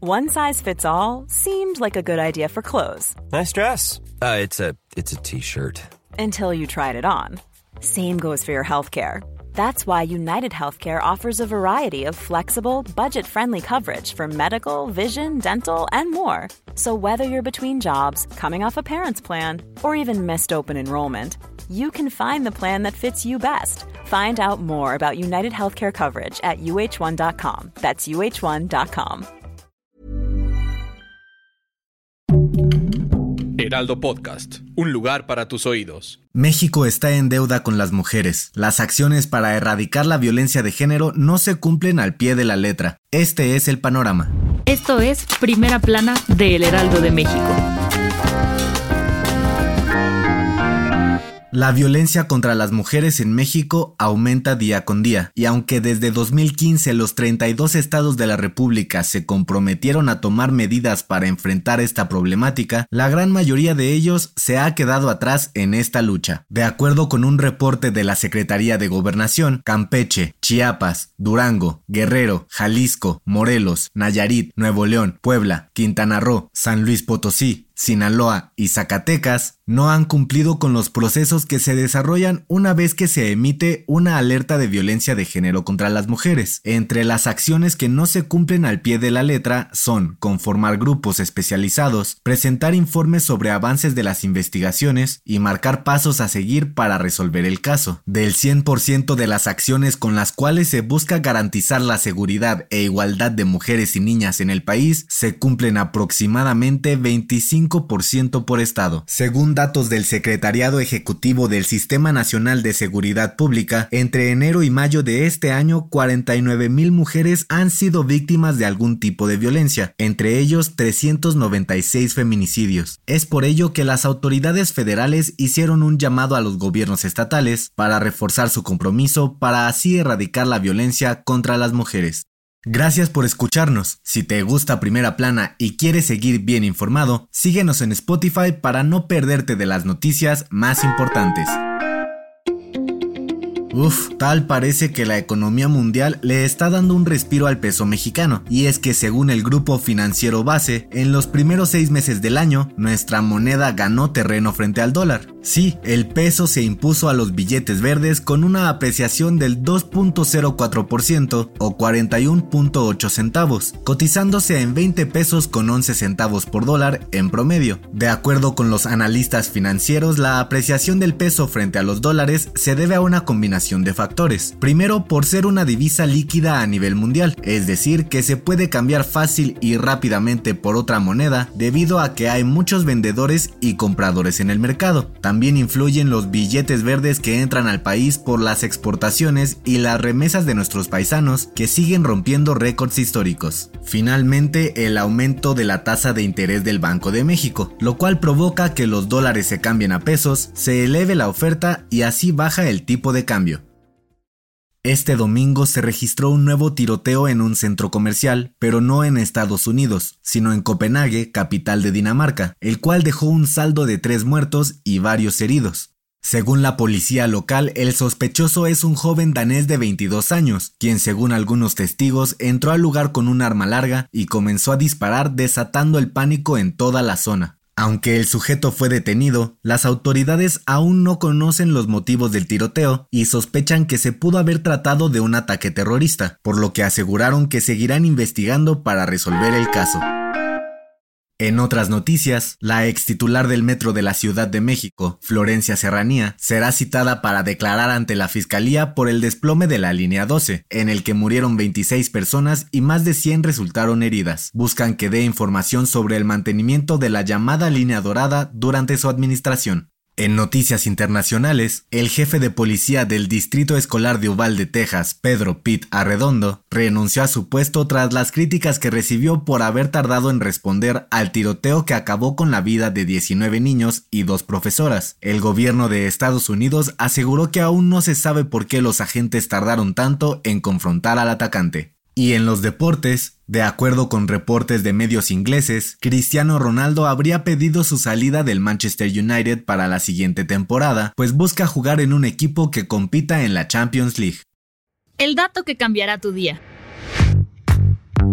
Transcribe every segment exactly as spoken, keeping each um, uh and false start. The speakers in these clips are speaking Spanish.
One size fits all seemed like a good idea for clothes. Nice dress. Uh, it's a it's a t-shirt. Until you tried it on. Same goes for your healthcare. That's why United Healthcare offers a variety of flexible, budget-friendly coverage for medical, vision, dental, and more. So whether you're between jobs, coming off a parent's plan, or even missed open enrollment, you can find the plan that fits you best. Find out more about United Healthcare coverage at U H one dot com. That's U H one dot com. Heraldo Podcast, un lugar para tus oídos. México está en deuda con las mujeres. Las acciones para erradicar la violencia de género no se cumplen al pie de la letra. Este es el panorama. Esto es Primera Plana de El Heraldo de México. La violencia contra las mujeres en México aumenta día con día, y aunque desde dos mil quince los treinta y dos estados de la República se comprometieron a tomar medidas para enfrentar esta problemática, la gran mayoría de ellos se ha quedado atrás en esta lucha. De acuerdo con un reporte de la Secretaría de Gobernación, Campeche, Chiapas, Durango, Guerrero, Jalisco, Morelos, Nayarit, Nuevo León, Puebla, Quintana Roo, San Luis Potosí, Sinaloa y Zacatecas no han cumplido con los procesos que se desarrollan una vez que se emite una alerta de violencia de género contra las mujeres. Entre las acciones que no se cumplen al pie de la letra son conformar grupos especializados, presentar informes sobre avances de las investigaciones y marcar pasos a seguir para resolver el caso. Del cien por ciento de las acciones con las cuales se busca garantizar la seguridad e igualdad de mujeres y niñas en el país, se cumplen aproximadamente veinticinco por ciento por estado. Según datos del Secretariado Ejecutivo del Sistema Nacional de Seguridad Pública, entre enero y mayo de este año, cuarenta y nueve mil mujeres han sido víctimas de algún tipo de violencia, entre ellos trescientos noventa y seis feminicidios. Es por ello que las autoridades federales hicieron un llamado a los gobiernos estatales para reforzar su compromiso para así erradicar la violencia contra las mujeres. Gracias por escucharnos. Si te gusta Primera Plana y quieres seguir bien informado, síguenos en Spotify para no perderte de las noticias más importantes. Uf, tal parece que la economía mundial le está dando un respiro al peso mexicano, y es que según el grupo financiero Base, en los primeros seis meses del año, nuestra moneda ganó terreno frente al dólar. Sí, el peso se impuso a los billetes verdes con una apreciación del dos punto cero cuatro por ciento o cuarenta y uno punto ocho centavos, cotizándose en veinte pesos con once centavos por dólar en promedio. De acuerdo con los analistas financieros, la apreciación del peso frente a los dólares se debe a una combinación de factores. Primero, por ser una divisa líquida a nivel mundial, es decir, que se puede cambiar fácil y rápidamente por otra moneda debido a que hay muchos vendedores y compradores en el mercado. También influyen los billetes verdes que entran al país por las exportaciones y las remesas de nuestros paisanos que siguen rompiendo récords históricos. Finalmente, el aumento de la tasa de interés del Banco de México, lo cual provoca que los dólares se cambien a pesos, se eleve la oferta y así baja el tipo de cambio. Este domingo se registró un nuevo tiroteo en un centro comercial, pero no en Estados Unidos, sino en Copenhague, capital de Dinamarca, el cual dejó un saldo de tres muertos y varios heridos. Según la policía local, el sospechoso es un joven danés de veintidós años, quien según algunos testigos entró al lugar con un arma larga y comenzó a disparar, desatando el pánico en toda la zona. Aunque el sujeto fue detenido, las autoridades aún no conocen los motivos del tiroteo y sospechan que se pudo haber tratado de un ataque terrorista, por lo que aseguraron que seguirán investigando para resolver el caso. En otras noticias, la ex titular del Metro de la Ciudad de México, Florencia Serranía, será citada para declarar ante la Fiscalía por el desplome de la línea doce, en el que murieron veintiséis personas y más de cien resultaron heridas. Buscan que dé información sobre el mantenimiento de la llamada línea dorada durante su administración. En noticias internacionales, el jefe de policía del Distrito Escolar de Uvalde, Texas, Pedro Pitt Arredondo, renunció a su puesto tras las críticas que recibió por haber tardado en responder al tiroteo que acabó con la vida de diecinueve niños y dos profesoras. El gobierno de Estados Unidos aseguró que aún no se sabe por qué los agentes tardaron tanto en confrontar al atacante. Y en los deportes, de acuerdo con reportes de medios ingleses, Cristiano Ronaldo habría pedido su salida del Manchester United para la siguiente temporada, pues busca jugar en un equipo que compita en la Champions League. El dato que cambiará tu día.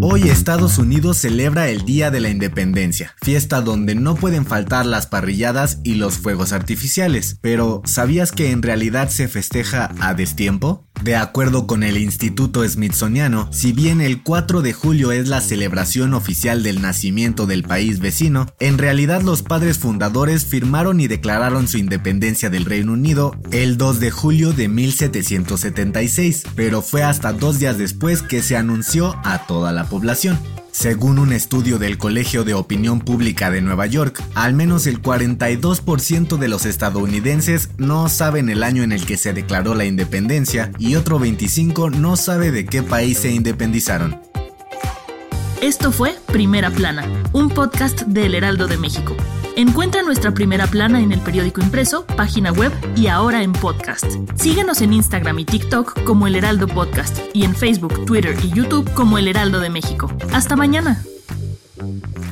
Hoy Estados Unidos celebra el Día de la Independencia, fiesta donde no pueden faltar las parrilladas y los fuegos artificiales. Pero, ¿sabías que en realidad se festeja a destiempo? De acuerdo con el Instituto Smithsoniano, si bien el cuatro de julio es la celebración oficial del nacimiento del país vecino, en realidad los padres fundadores firmaron y declararon su independencia del Reino Unido el dos de julio de mil setecientos setenta y seis, pero fue hasta dos días después que se anunció a toda la población. Según un estudio del Colegio de Opinión Pública de Nueva York, al menos el cuarenta y dos por ciento de los estadounidenses no saben el año en el que se declaró la independencia y otro veinticinco por ciento no sabe de qué país se independizaron. Esto fue Primera Plana, un podcast de El Heraldo de México. Encuentra nuestra Primera Plana en el periódico impreso, página web y ahora en podcast. Síguenos en Instagram y TikTok como El Heraldo Podcast y en Facebook, Twitter y YouTube como El Heraldo de México. ¡Hasta mañana!